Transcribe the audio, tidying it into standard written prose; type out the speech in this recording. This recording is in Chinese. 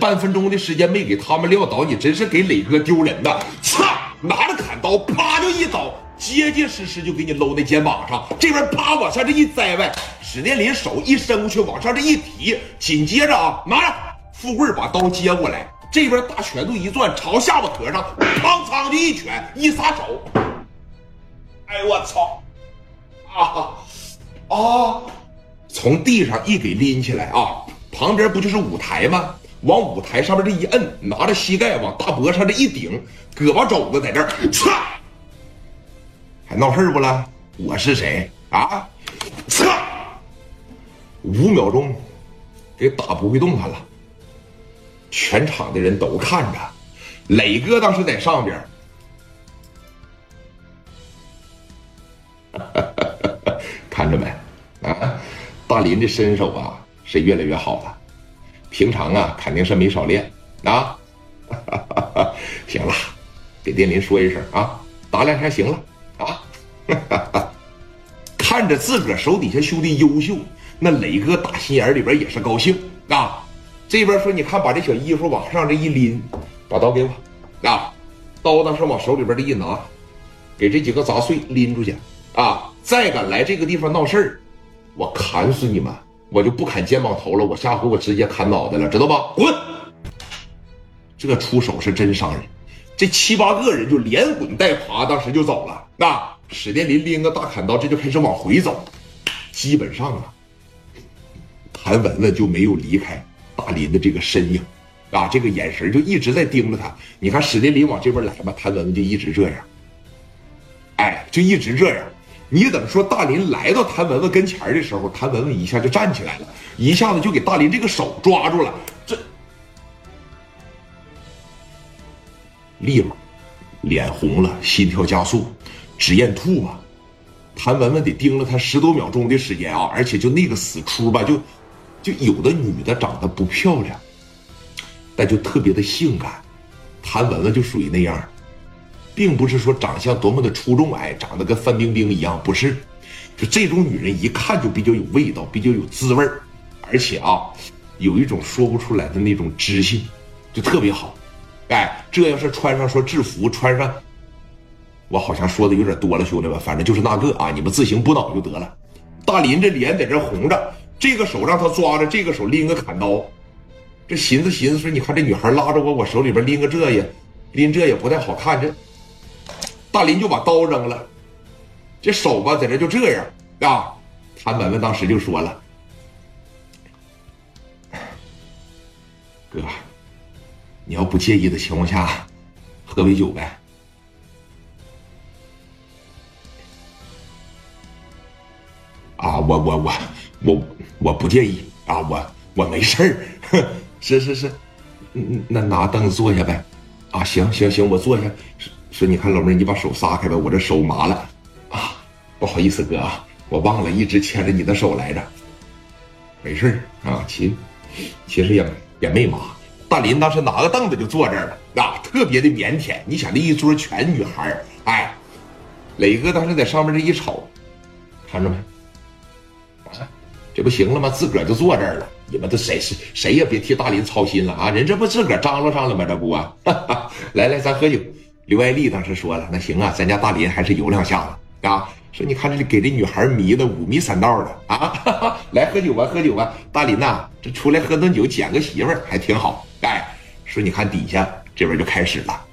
半分钟的时间没给他们撂倒，你真是给磊哥丢人呐！操！拿着砍刀，啪就一刀，结结实实就给你搂在肩膀上。这边啪往下这一栽歪，史殿林手一伸过去，往上这一提，紧接着啊，拿着富贵把刀接过来，这边大拳头一攥，朝下巴壳上，哐嚓就一拳，一撒手。哎我操！从地上一给拎起来啊，旁边不就是舞台吗？往舞台上面这一摁，拿着膝盖往大脖上这一顶，胳膊肘子在这儿，擦，还闹事不了？我是谁啊？擦！5秒钟，给打不会动弹了。全场的人都看着，磊哥当时在上边，看着没？啊，大林的身手啊是越来越好了。平常啊，肯定是没少练啊。行了，给殿林说一声啊，打2下行了啊。看着自个儿手底下兄弟优秀，那磊哥打心眼里边也是高兴啊。这边说，你看把这小衣服往上这一拎，把刀给我啊。刀当时往手里边这一拿，给这几个杂碎拎出去啊。再敢来这个地方闹事儿，我砍死你们！我就不砍肩膀头了，我下回我直接砍脑袋了，知道吧？滚！这出手是真伤人，这7、8个人就连滚带爬，当时就走了。那史殿林拎个大砍刀，这就开始往回走。基本上啊，谭文文就没有离开大林的这个身影啊，这个眼神就一直在盯着他。你看史殿林往这边来吧，谭文文就一直这样，哎，就一直这样。你等说大林来到谭文文跟前的时候，谭文文一下就站起来了，一下子就给大林这个手抓住了，这立马脸红了，心跳加速，直咽吐嘛。谭文文得盯了他10多秒钟的时间啊，而且就那个死出吧，就有的女的长得不漂亮，但就特别的性感，谭文文就属于那样。并不是说长相多么的出众，哎，长得跟范冰冰一样，不是，就这种女人一看就比较有味道，比较有滋味，而且啊，有一种说不出来的那种知性，就特别好。哎，这要是穿上说制服，穿上，我好像说的有点多了，兄弟们，反正就是那个啊，你们自行补脑就得了。大林这脸在这红着，这个手让他抓着，这个手拎个砍刀，这寻思说，你看这女孩拉着我手里边拎这也不太好看，这。大林就把刀扔了，这手吧在这就这样啊。谭文文当时就说了：“哥，你要不介意的情况下，喝杯酒呗。”啊，我不介意啊，我没事儿，是，那拿凳子坐下呗。啊，行，我坐下。说你看老妹儿，你把手撒开呗，我这手麻了啊，不好意思哥啊，我忘了一直牵着你的手来着。没事啊，其实也没麻。大林当时拿个凳子就坐这儿了啊，特别的腼腆。你想那一桌全女孩，哎，磊哥当时在上面这一瞅，看着没？啊，这不行了吗？自个儿就坐这儿了。你们这谁也别替大林操心了啊，人这不自个儿张罗上了吗？这不啊，来，咱喝酒。刘爱丽当时说了，那行啊，咱家大林还是有2下子啊。说你看这给这女孩迷的5迷3道的啊，来喝酒吧，大林呐，这出来喝顿酒捡个媳妇儿还挺好。哎，说你看底下这边就开始了。